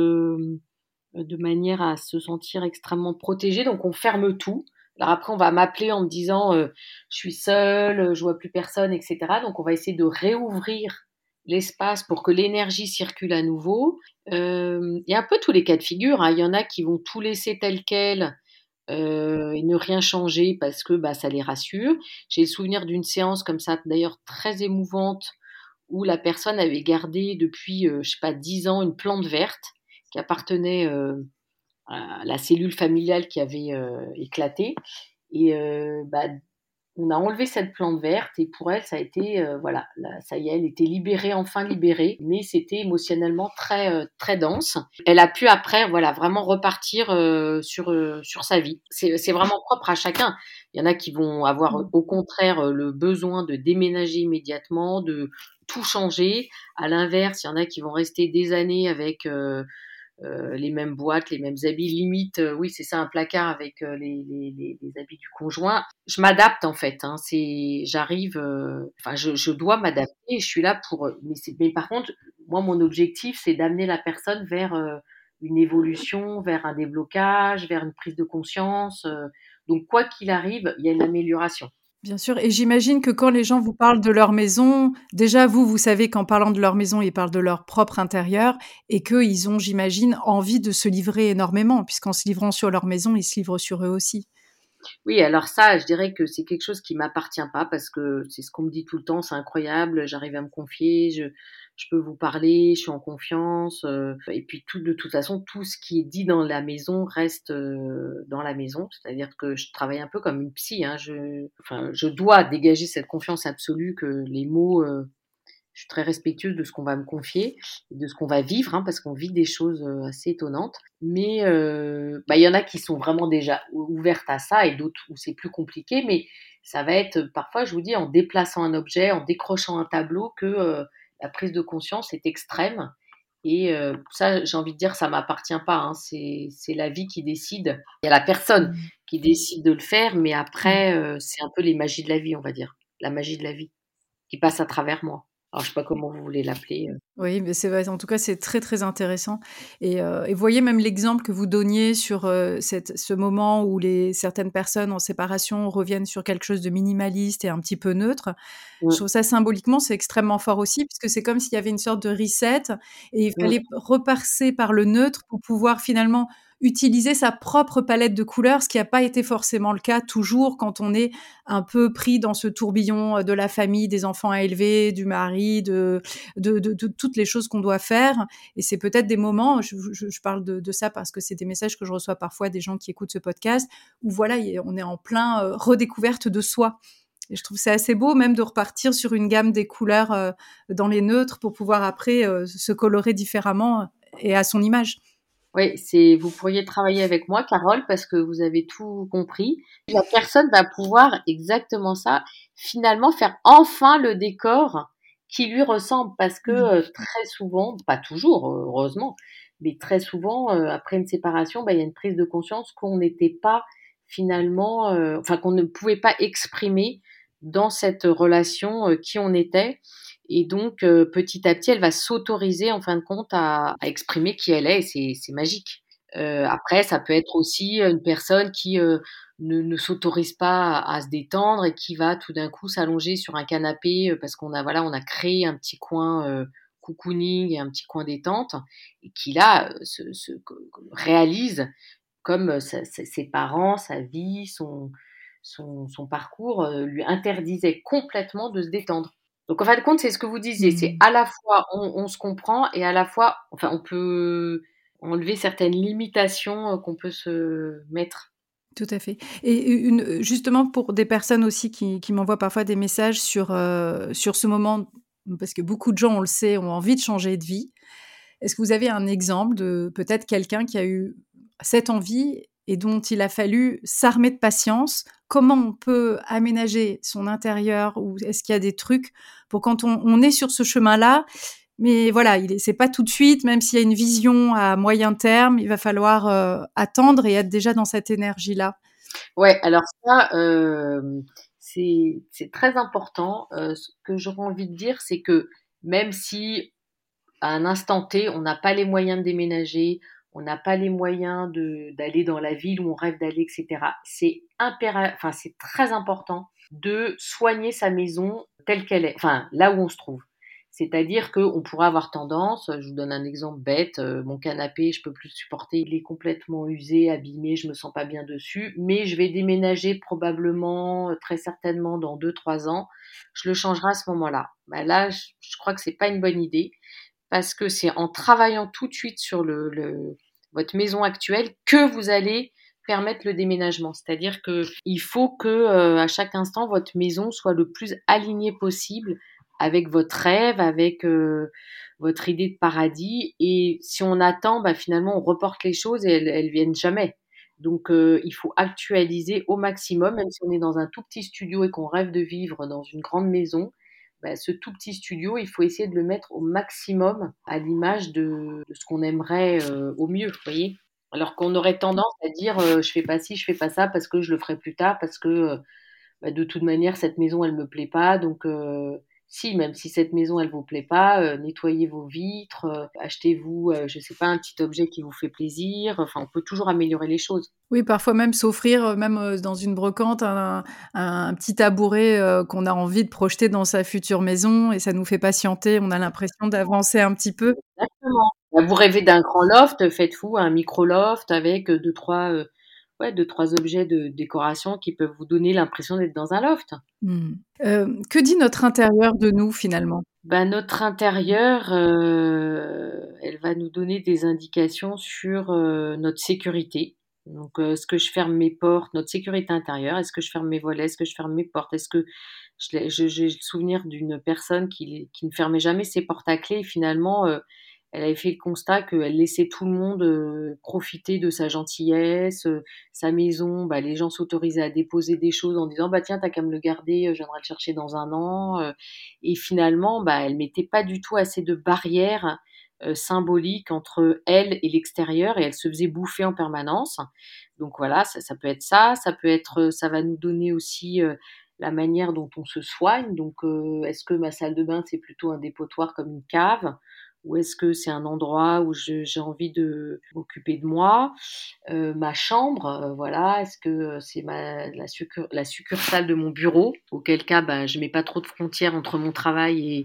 de manière à se sentir extrêmement protégé. Donc on ferme tout. Alors après, on va m'appeler en me disant je suis seule, je vois plus personne, etc. Donc on va essayer de réouvrir l'espace pour que l'énergie circule à nouveau. Il y a un peu tous les cas de figure, hein. Il y en a qui vont tout laisser tel quel, et ne rien changer parce que, bah, ça les rassure. J'ai le souvenir d'une séance comme ça, d'ailleurs très émouvante, où la personne avait gardé depuis, je sais pas 10 ans, une plante verte qui appartenait, à la cellule familiale qui avait, éclaté et bah, on a enlevé cette plante verte et pour elle, ça a été, voilà, là, ça y est, elle était libérée, enfin libérée, mais c'était émotionnellement très dense. Elle a pu après, voilà, vraiment repartir, sur sa vie. C'est vraiment propre à chacun. Il y en a qui vont avoir, Mmh. au contraire, le besoin de déménager immédiatement, de tout changer. À l'inverse, il y en a qui vont rester des années avec, les mêmes boîtes, les mêmes habits, limite, oui, c'est ça, un placard avec, les habits du conjoint. Je m'adapte en fait, hein, j'arrive, enfin je dois m'adapter, je suis là pour, mais par contre, moi mon objectif, c'est d'amener la personne vers, une évolution, vers un déblocage, vers une prise de conscience, donc quoi qu'il arrive, il y a une amélioration. Bien sûr, et j'imagine que quand les gens vous parlent de leur maison, déjà vous savez qu'en parlant de leur maison, ils parlent de leur propre intérieur et qu'ils ont, j'imagine, envie de se livrer énormément puisqu'en se livrant sur leur maison, ils se livrent sur eux aussi. Oui, alors ça, je dirais que c'est quelque chose qui m'appartient pas parce que c'est ce qu'on me dit tout le temps: «C'est incroyable, j'arrive à me confier, je peux vous parler, je suis en confiance», et puis de toute façon, tout ce qui est dit dans la maison reste, dans la maison. C'est-à-dire que je travaille un peu comme une psy, hein. Je dois dégager cette confiance absolue que les mots, je suis très respectueuse de ce qu'on va me confier, de ce qu'on va vivre, hein, parce qu'on vit des choses, assez étonnantes. Mais, bah, il y en a qui sont vraiment déjà ouvertes à ça et d'autres où c'est plus compliqué. Mais ça va être, parfois, je vous dis, en déplaçant un objet, en décrochant un tableau que, la prise de conscience est extrême et ça, j'ai envie de dire, ça m'appartient pas, hein. C'est la vie qui décide. Il y a la personne Mmh. qui décide de le faire, mais après, c'est un peu les magies de la vie, on va dire. La magie de la vie qui passe à travers moi. Alors je sais pas comment vous voulez l'appeler. Oui, mais c'est vrai, en tout cas, c'est très, très intéressant et vous voyez même l'exemple que vous donniez sur, ce moment où certaines personnes en séparation reviennent sur quelque chose de minimaliste et un petit peu neutre. Je Mmh, trouve ça symboliquement, c'est extrêmement fort aussi puisque c'est comme s'il y avait une sorte de reset et il mmh. fallait repasser par le neutre pour pouvoir finalement utiliser sa propre palette de couleurs, ce qui a pas été forcément le cas toujours quand on est un peu pris dans ce tourbillon, de la famille, des enfants à élever, du mari, de toutes les choses qu'on doit faire. Et c'est peut-être des moments, je parle de ça parce que c'est des messages que je reçois parfois des gens qui écoutent ce podcast, où voilà, on est en plein redécouverte de soi. Et je trouve c'est assez beau même de repartir sur une gamme des couleurs dans les neutres pour pouvoir après se colorer différemment et à son image. Oui, vous pourriez travailler avec moi, Carole, parce que vous avez tout compris. La personne va pouvoir exactement ça, finalement faire enfin le décor qui lui ressemble parce que, Mmh. très souvent, pas toujours, heureusement, mais très souvent, après une séparation, bah, il y a une prise de conscience qu'on n'était pas finalement, enfin qu'on ne pouvait pas exprimer dans cette relation, qui on était et donc petit à petit, elle va s'autoriser en fin de compte à exprimer qui elle est et c'est magique. Après ça peut être aussi, une personne qui, ne s'autorise pas à se détendre et qui va tout d'un coup s'allonger sur un canapé, parce qu'on a voilà, on a créé un petit coin, cocooning et un petit coin détente et qui là, se réalise comme, ses parents, sa vie, son parcours, lui interdisaient complètement de se détendre. Donc en fin de compte, c'est ce que vous disiez, c'est Mmh. à la fois on se comprend et à la fois enfin on peut enlever certaines limitations, qu'on peut se mettre. Tout à fait et justement pour des personnes aussi qui m'envoient parfois des messages sur ce moment, parce que beaucoup de gens, on le sait, ont envie de changer de vie. Est-ce que vous avez un exemple de peut-être quelqu'un qui a eu cette envie et dont il a fallu s'armer de patience? Comment on peut aménager son intérieur ou est-ce qu'il y a des trucs pour quand on est sur ce chemin-là, mais voilà, c'est pas tout de suite, même s'il y a une vision à moyen terme, il va falloir, attendre et être déjà dans cette énergie-là? Ouais, alors ça, c'est très important. Ce que j'aurais envie de dire, c'est que même si à un instant T, on n'a pas les moyens de déménager, on n'a pas les moyens d'aller dans la ville où on rêve d'aller, et cetera. Enfin, c'est très important de soigner sa maison telle qu'elle est, enfin, là où on se trouve. C'est-à-dire qu'on pourrait avoir tendance, je vous donne un exemple bête, mon canapé, je peux plus le supporter, il est complètement usé, abîmé, je me sens pas bien dessus, mais je vais déménager probablement, très certainement dans 2-3 ans, je le changerai à ce moment-là. Bah, là, je crois que c'est pas une bonne idée parce que c'est en travaillant tout de suite sur le votre maison actuelle que vous allez permettre le déménagement. C'est-à-dire qu'il faut que, à chaque instant, votre maison soit le plus alignée possible avec votre rêve, avec, votre idée de paradis et si on attend, bah, finalement, on reporte les choses et elles viennent jamais. Donc il faut actualiser au maximum, même si on est dans un tout petit studio et qu'on rêve de vivre dans une grande maison, bah, ce tout petit studio, il faut essayer de le mettre au maximum à l'image de ce qu'on aimerait, au mieux, vous voyez? Alors qu'on aurait tendance à dire, «Je fais pas ci, je fais pas ça parce que je le ferai plus tard, parce que, bah, de toute manière cette maison elle me plaît pas donc si, même si cette maison elle vous plaît pas, nettoyez vos vitres, achetez-vous, je sais pas, un petit objet qui vous fait plaisir». Enfin, on peut toujours améliorer les choses. Oui, parfois même s'offrir, même, dans une brocante, un petit tabouret, qu'on a envie de projeter dans sa future maison et ça nous fait patienter. On a l'impression d'avancer un petit peu. Exactement. Bah, vous rêvez d'un grand loft, faites-vous un micro loft avec, 2-3, ouais, 2-3 objets de décoration qui peuvent vous donner l'impression d'être dans un loft. Mmh. Que dit notre intérieur de nous, finalement? Bah, notre intérieur, elle va nous donner des indications sur, notre sécurité. Donc, est-ce que je ferme mes portes? Notre sécurité intérieure, est-ce que je ferme mes volets? Est-ce que je ferme mes portes? Est-ce que j'ai le souvenir d'une personne qui ne fermait jamais ses portes à clé et finalement, elle avait fait le constat qu'elle laissait tout le monde, profiter de sa gentillesse, sa maison, bah, les gens s'autorisaient à déposer des choses en disant: «Bah, tiens, tu qu'à me le garder, je viendrai le chercher dans un an», et finalement, bah, elle mettait pas du tout assez de barrières, symboliques entre elle et l'extérieur et elle se faisait bouffer en permanence. Donc voilà, ça peut être ça, ça peut être, ça va nous donner aussi, la manière dont on se soigne. Donc est-ce que ma salle de bain, c'est plutôt un dépotoir comme une cave? Ou est-ce que c'est un endroit où j'ai envie de m'occuper de moi? Ma chambre, voilà, est-ce que, c'est la succursale de mon bureau? Auquel cas, bah, je mets pas trop de frontières entre mon travail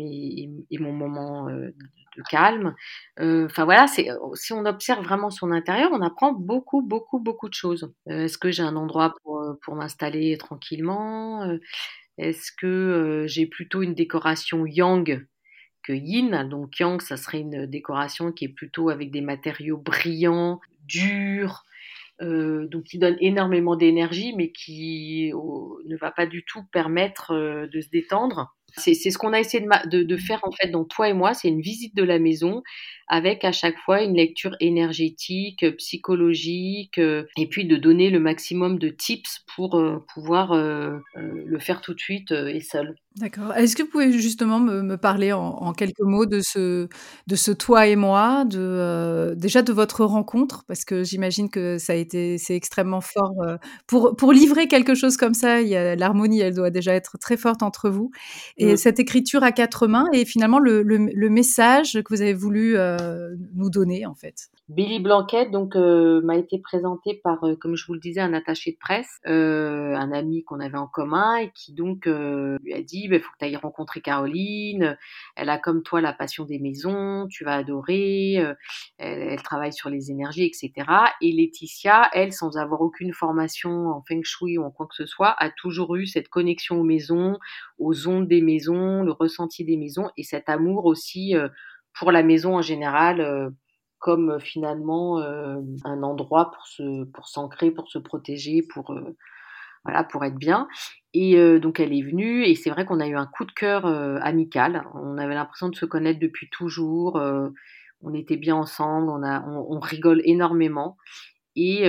et mon moment, de calme. Enfin voilà, si on observe vraiment son intérieur, on apprend beaucoup, beaucoup, beaucoup de choses. Est-ce que j'ai un endroit pour m'installer tranquillement? Est-ce que, j'ai plutôt une décoration yang que yin. Donc yang, ça serait une décoration qui est plutôt avec des matériaux brillants, durs, donc qui donne énormément d'énergie, mais qui ne va pas du tout permettre de se détendre. C'est ce qu'on a essayé de faire en fait dans Toi et moi, c'est une visite de la maison avec à chaque fois une lecture énergétique, psychologique, et puis de donner le maximum de tips pour pouvoir le faire tout de suite et seul. D'accord. Est-ce que vous pouvez justement me parler en quelques mots de ce «toi et moi», déjà de votre rencontre? Parce que j'imagine que c'est extrêmement fort, pour livrer quelque chose comme ça, il y a l'harmonie, elle doit déjà être très forte entre vous et Mmh. cette écriture à 4 mains et finalement le message que vous avez voulu, nous donner, en fait? Billy Blanquette donc m'a été présenté par, comme je vous le disais, un attaché de presse, un ami qu'on avait en commun et qui donc, lui a dit: «Beh, faut que tu ailles rencontrer Caroline, elle a comme toi la passion des maisons, tu vas adorer, elle travaille sur les énergies» et cetera. Et Laetitia, elle, sans avoir aucune formation en feng shui ou en quoi que ce soit, a toujours eu cette connexion aux maisons, aux ondes des maisons, le ressenti des maisons et cet amour aussi, pour la maison en général, comme, finalement, un endroit pour s'ancrer, pour se protéger, voilà, pour être bien. Et donc elle est venue et c'est vrai qu'on a eu un coup de cœur, amical. On avait l'impression de se connaître depuis toujours, on était bien ensemble, on rigole énormément et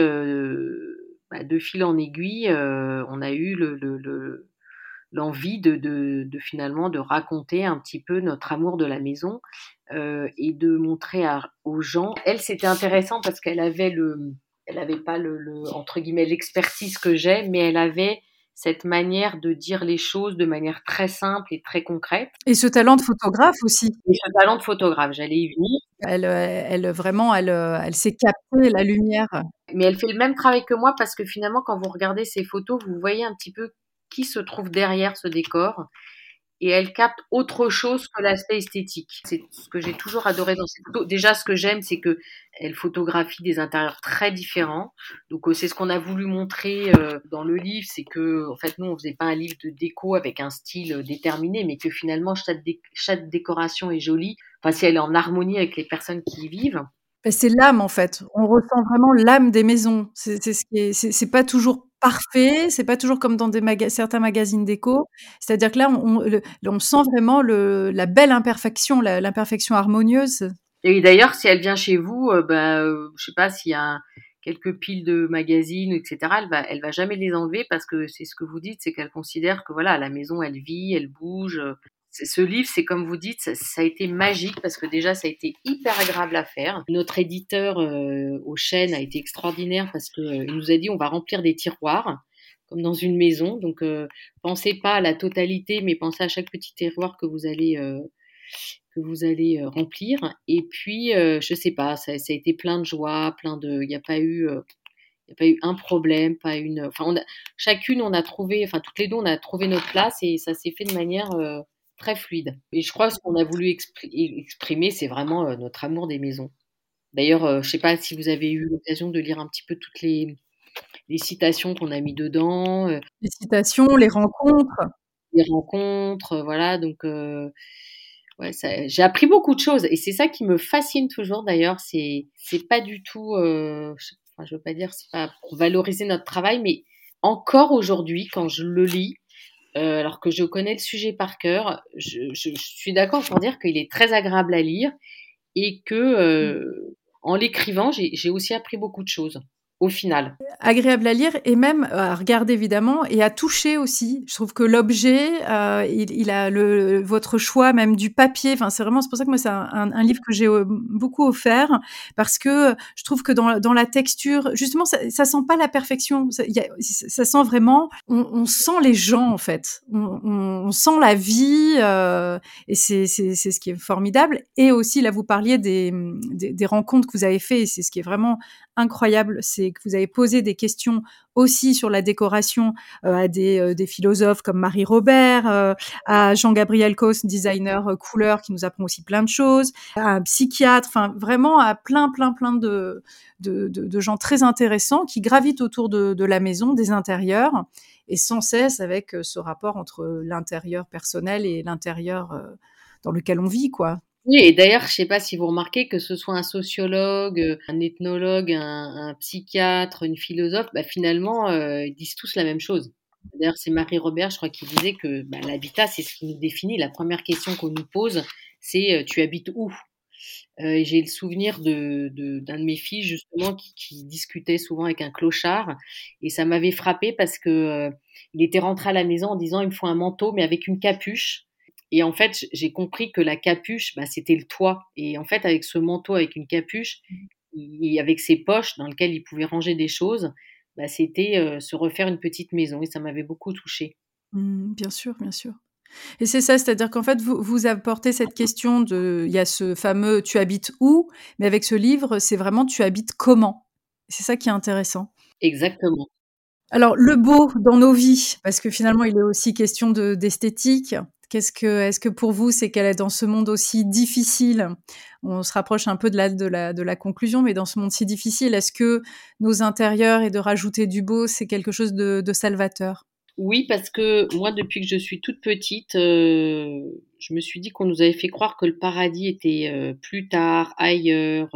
bah, de fil en aiguille, on a eu l'envie de finalement de raconter un petit peu notre amour de la maison, et de montrer aux gens. Elle, c'était intéressant parce elle avait pas entre guillemets «l'expertise» que j'ai, mais elle avait cette manière de dire les choses de manière très simple et très concrète Et ce talent de photographe aussi. et ce talent de photographe, j'allais y venir. Elle vraiment, elle sait capter la lumière. Mais elle fait le même travail que moi parce que finalement quand vous regardez ses photos, vous voyez un petit peu qui se trouve derrière ce décor. et elle capte autre chose que l'aspect esthétique. C'est ce que j'ai toujours adoré dans ces photos. Déjà, ce que j'aime, c'est qu'elle photographie des intérieurs très différents. Donc, c'est ce qu'on a voulu montrer dans le livre, c'est que, en fait, nous, on faisait pas un livre de déco avec un style déterminé, mais que finalement, chaque décoration est jolie. Enfin, si elle est en harmonie avec les personnes qui y vivent. Bah, c'est l'âme en fait. On ressent vraiment l'âme des maisons. C'est ce qui est c'est pas toujours parfait, c'est pas toujours comme dans certains magazines déco. C'est-à-dire que là, on sent vraiment la belle imperfection, l'imperfection harmonieuse. Et d'ailleurs, si elle vient chez vous, je sais pas s'il y a quelques piles de magazines, etc. Elle va jamais les enlever parce que c'est ce que vous dites, c'est qu'elle considère que voilà, la maison, elle vit, elle bouge. Ce livre, c'est comme vous dites, ça a été magique parce que déjà, ça a été hyper agréable à faire. Notre éditeur au Chêne a été extraordinaire parce que il nous a dit on va remplir des tiroirs comme dans une maison. Donc, pensez pas à la totalité, mais pensez à chaque petit tiroir que vous allez remplir. Et puis, je sais pas, ça a été plein de joie, il n'y a pas eu, un problème, pas une, enfin, chacune, on a trouvé, enfin, toutes les deux, on a trouvé notre place et ça s'est fait de manière très fluide. Et je crois que ce qu'on a voulu exprimer, c'est vraiment notre amour des maisons. D'ailleurs, je sais pas si vous avez eu l'occasion de lire un petit peu toutes les citations qu'on a mis dedans, Les citations, les rencontres. les rencontres, voilà, donc ouais, j'ai appris beaucoup de choses et c'est ça qui me fascine toujours d'ailleurs. C'est pas du tout, enfin, je veux pas dire, c'est pas pour valoriser notre travail, mais encore aujourd'hui, quand je le lis, alors que je connais le sujet par cœur, je suis d'accord pour dire qu'il est très agréable à lire et que en l'écrivant, j'ai aussi appris beaucoup de choses au final. Agréable à lire et même à regarder évidemment et à toucher aussi. Je trouve que l'objet, il a votre choix même du papier, enfin c'est pour ça que moi c'est un livre que j'ai, beaucoup offert parce que je trouve que dans la texture, justement ça sent pas la perfection, ça sent vraiment on sent les gens en fait. On sent la vie, et c'est ce qui est formidable et aussi là vous parliez des rencontres que vous avez fait et c'est ce qui est vraiment incroyable, c'est que vous avez posé des questions aussi sur la décoration à des philosophes comme Marie Robert, à Jean-Gabriel Cos, designer couleur, qui nous apprend aussi plein de choses, à un psychiatre, enfin vraiment à plein de gens très intéressants qui gravitent autour de la maison, des intérieurs, et sans cesse avec ce rapport entre l'intérieur personnel et l'intérieur dans lequel on vit, quoi. Oui, et d'ailleurs, je sais pas si vous remarquez que ce soit un sociologue, un ethnologue, un psychiatre, une philosophe, bah, finalement, ils disent tous la même chose. D'ailleurs, c'est Marie Robert, je crois, qui disait que, bah, l'habitat, c'est ce qui nous définit. La première question qu'on nous pose, c'est, «Tu habites où?» Et j'ai le souvenir d'un de mes fils justement qui discutait souvent avec un clochard et ça m'avait frappée parce que, il était rentré à la maison en disant: «Il me faut un manteau mais avec une capuche». Et en fait, j'ai compris que la capuche, bah, c'était le toit et en fait, avec ce manteau avec une capuche, avec ses poches dans lesquelles il pouvait ranger des choses, bah, c'était, se refaire une petite maison et ça m'avait beaucoup touchée. Bien sûr, bien sûr. Et c'est ça, c'est-à-dire qu'en fait, vous apportez cette question il y a ce fameux «tu habites où?» mais avec ce livre, c'est vraiment «tu habites comment?» C'est ça qui est intéressant. Exactement. Alors le beau dans nos vies, parce que finalement il est aussi question d'esthétique. Est-ce que pour vous, c'est qu'elle est dans ce monde aussi difficile, on se rapproche un peu de la conclusion, mais dans ce monde si difficile, est-ce que nos intérieurs et de rajouter du beau, c'est quelque chose de salvateur? Oui, parce que moi, depuis que je suis toute petite, je me suis dit qu'on nous avait fait croire que le paradis était, plus tard, ailleurs,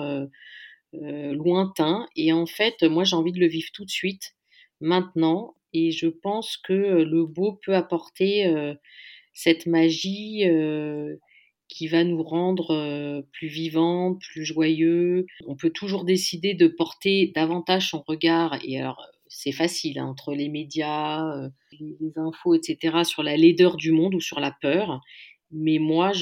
lointain et en fait, moi, j'ai envie de le vivre tout de suite, maintenant et je pense que, le beau peut apporter, cette magie, qui va nous rendre, plus vivants, plus joyeux. On peut toujours décider de porter davantage son regard et alors, c'est facile, hein, entre les médias, les infos et cetera, sur la laideur du monde ou sur la peur. Mais moi,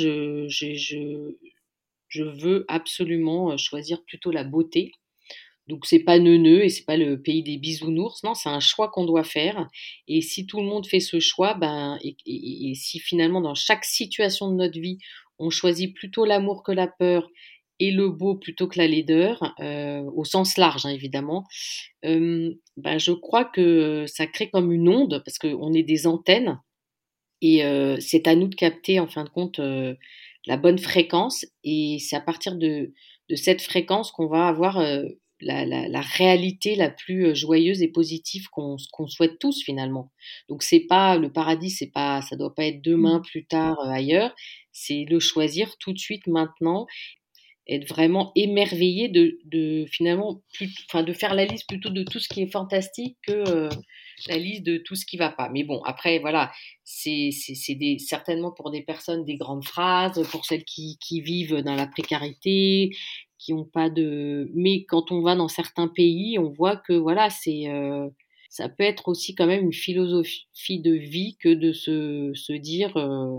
je veux absolument, choisir plutôt la beauté. Donc c'est pas neuneu et c'est pas le pays des bisounours. Non, c'est un choix qu'on doit faire et si tout le monde fait ce choix, ben et si finalement dans chaque situation de notre vie, on choisit plutôt l'amour que la peur et le beau plutôt que la laideur, au sens large, hein, évidemment, ben je crois que ça crée comme une onde parce qu'on est des antennes et c'est à nous de capter en fin de compte, la bonne fréquence et c'est à partir de cette fréquence qu'on va avoir, la réalité la plus, joyeuse et positive qu'on souhaite tous finalement. Donc c'est pas le paradis, c'est pas ça doit pas être demain, Mmh. plus tard, ailleurs. C'est le choisir tout de suite maintenant, être vraiment émerveillé de finalement enfin de faire la liste plutôt de tout ce qui est fantastique que, la liste de tout ce qui va pas. Mais bon, après voilà, c'est des certainement pour des personnes des grandes phrases, pour celles qui vivent dans la précarité, qui ont pas de mais quand on va dans certains pays, on voit que voilà, ça peut être aussi quand même une philosophie de vie que de se dire,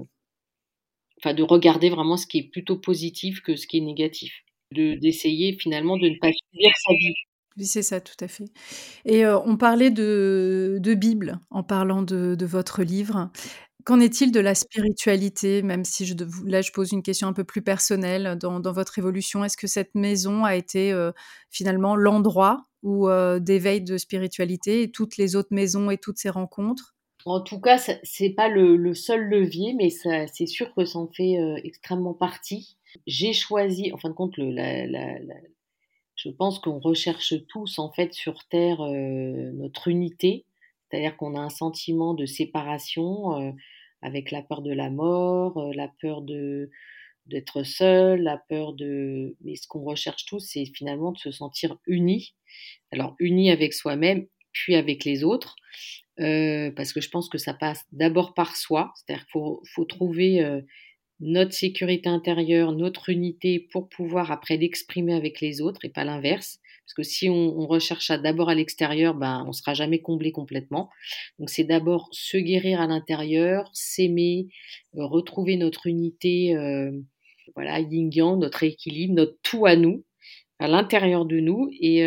enfin de regarder vraiment ce qui est plutôt positif que ce qui est négatif. D'essayer finalement de ne pas subir sa vie. Oui, c'est ça, tout à fait. Et on parlait de Bible en parlant de votre livre. Qu'en est-il de la spiritualité? Même si je pose une question un peu plus personnelle dans votre évolution. Est-ce que cette maison a été, finalement l'endroit où, d'éveil de spiritualité et toutes les autres maisons et toutes ces rencontres? En tout cas, ça c'est pas le seul levier, mais ça c'est sûr que ça en fait, extrêmement partie. J'ai choisi en fin de compte le la je pense qu'on recherche tous en fait sur terre, notre unité. C'est-à-dire qu'on a un sentiment de séparation, avec la peur de la mort, la peur d'être seul, la peur de mais ce qu'on recherche tous, c'est finalement de se sentir unis. Alors unis avec soi-même, puis avec les autres, parce que je pense que ça passe d'abord par soi. C'est-à-dire qu'il faut trouver, notre sécurité intérieure, notre unité pour pouvoir après l'exprimer avec les autres et pas l'inverse. Parce que si on recherche ça d'abord à l'extérieur, ben, on sera jamais comblé complètement. Donc c'est d'abord se guérir à l'intérieur, s'aimer, retrouver notre unité, voilà, yin-yang, notre équilibre, notre tout à nous, à l'intérieur de nous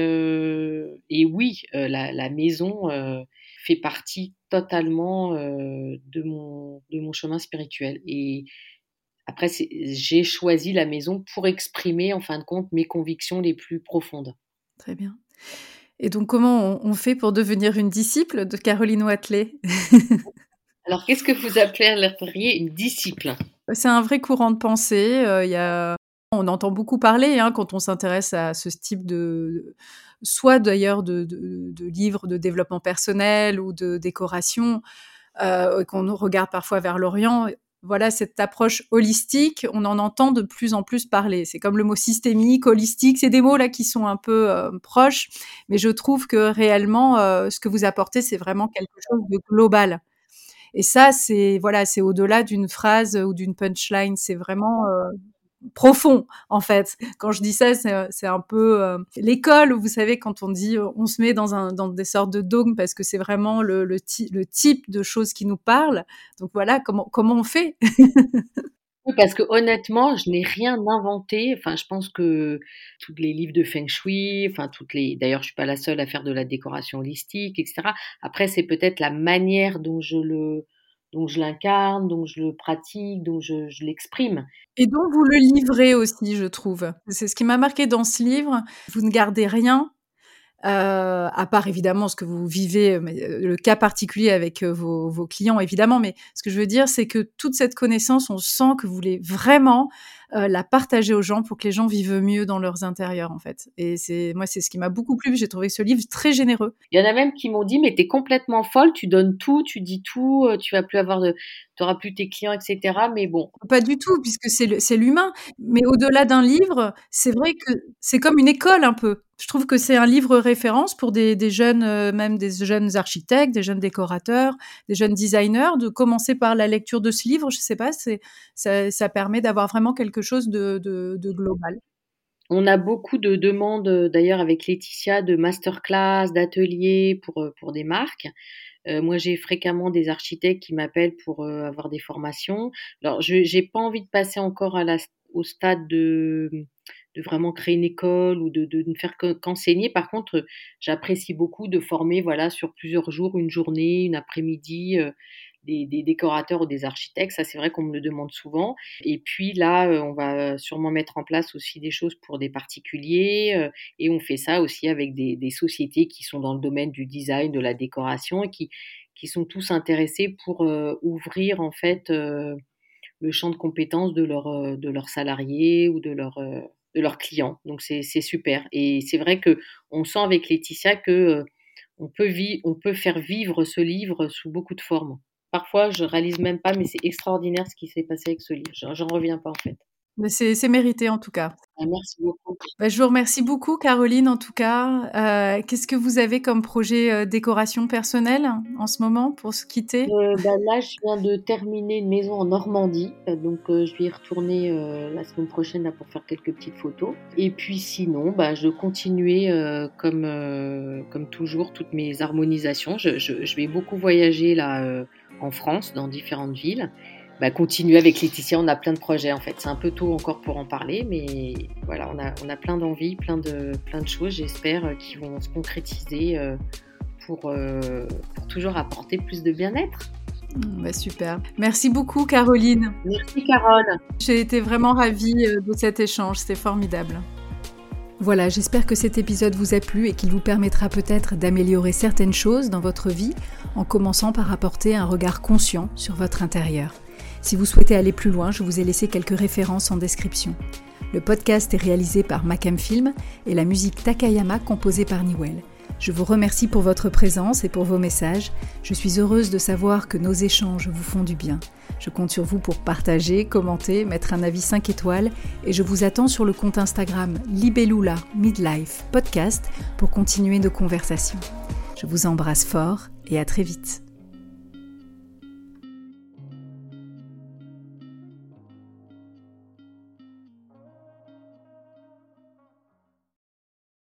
et oui, la maison, fait partie totalement, de mon chemin spirituel et après j'ai choisi la maison pour exprimer en fin de compte mes convictions les plus profondes. Très bien. Et donc comment on fait pour devenir une disciple de Caroline Wathelet? Alors qu'est-ce que vous appelleriez une disciple? C'est un vrai courant de pensée, on entend beaucoup parler, hein, quand on s'intéresse à ce type soit d'ailleurs de livres de développement personnel ou de décoration, qu'on regarde parfois vers l'Orient. Voilà, cette approche holistique, on en entend de plus en plus parler. C'est comme le mot systémique, holistique, c'est des mots là qui sont un peu, proches, mais je trouve que réellement, ce que vous apportez, c'est vraiment quelque chose de global. Et ça, c'est voilà, c'est au-delà d'une phrase ou d'une punchline, c'est vraiment, profond, en fait. Quand je dis ça, c'est un peu, l'école où vous savez quand on dit, on se met dans des sortes de dogmes parce que c'est vraiment le type de choses qui nous parlent. Donc voilà, comment on fait? Oui, parce que honnêtement, je n'ai rien inventé. Enfin, je pense que tous les livres de feng shui, enfin toutes les d'ailleurs, je suis pas la seule à faire de la décoration holistique et cetera. Après, c'est peut-être la manière dont je l'incarne, dont je le pratique, dont je l'exprime. Et donc vous le livrez aussi, je trouve. C'est ce qui m'a marqué dans ce livre. Vous ne gardez rien. À part évidemment ce que vous vivez, mais le cas particulier avec, vos clients évidemment, mais ce que je veux dire, c'est que toute cette connaissance, on sent que vous voulez vraiment, la partager aux gens pour que les gens vivent mieux dans leurs intérieurs, en fait. Et c'est ce qui m'a beaucoup plu. J'ai trouvé ce livre très généreux. Il y en a même qui m'ont dit: «Mais tu es complètement folle, tu donnes tout, tu dis tout, tu vas plus avoir de tu auras plus tes clients et cetera». Mais bon, Pas du tout, puisque c'est l'humain. Mais au-delà d'un livre, c'est vrai que c'est comme une école un peu. Je trouve que c'est un livre référence pour des jeunes, même des jeunes architectes, des jeunes décorateurs, des jeunes designers, de commencer par la lecture de ce livre. Je sais pas, ça permet d'avoir vraiment quelque chose de global. on a beaucoup de demandes, d'ailleurs avec Laetitia, de masterclass, d'ateliers pour des marques. Moi, j'ai fréquemment des architectes qui m'appellent pour, avoir des formations. Alors je j'ai pas envie de passer encore au stade de vraiment créer une école ou de ne faire qu'enseigner. Par contre, j'apprécie beaucoup de former, voilà, sur plusieurs jours, une journée, une après-midi, des décorateurs ou des architectes. Ça, c'est vrai qu'on me le demande souvent et puis là, on va sûrement mettre en place aussi des choses pour des particuliers, et on fait ça aussi avec des sociétés qui sont dans le domaine du design, de la décoration et qui sont tous intéressés pour ouvrir en fait le champ de compétences de leurs salariés ou de leurs clients. Donc c'est super. Et c'est vrai que on sent avec Laetitia que on peut faire vivre ce livre sous beaucoup de formes. Parfois, je réalise même pas, mais c'est extraordinaire ce qui s'est passé avec ce livre. J'en reviens pas en fait. Mais c'est mérité en tout cas. Ah, merci beaucoup. Je vous remercie beaucoup Caroline en tout cas. Qu'est-ce que vous avez comme projet décoration personnelle en ce moment pour se quitter? Là, je viens de terminer une maison en Normandie, donc je vais y retourner la semaine prochaine là, pour faire quelques petites photos. Et puis sinon, je continuais comme toujours toutes mes harmonisations. Je vais beaucoup voyager là en France, dans différentes villes. Continuer avec Laetitia, on a plein de projets en fait. C'est un peu tôt encore pour en parler, mais voilà, on a plein d'envies, plein de choses, j'espère, qui vont se concrétiser pour toujours apporter plus de bien-être. Super. Merci beaucoup Caroline. Merci Carole. J'ai été vraiment ravie de cet échange, c'était formidable. Voilà, j'espère que cet épisode vous a plu et qu'il vous permettra peut-être d'améliorer certaines choses dans votre vie en commençant par apporter un regard conscient sur votre intérieur. Si vous souhaitez aller plus loin, je vous ai laissé quelques références en description. Le podcast est réalisé par Macam Film et la musique Takayama composée par Niwell. Je vous remercie pour votre présence et pour vos messages. Je suis heureuse de savoir que nos échanges vous font du bien. Je compte sur vous pour partager, commenter, mettre un avis 5 étoiles et je vous attends sur le compte Instagram Libellula Midlife Podcast pour continuer nos conversations. Je vous embrasse fort et à très vite.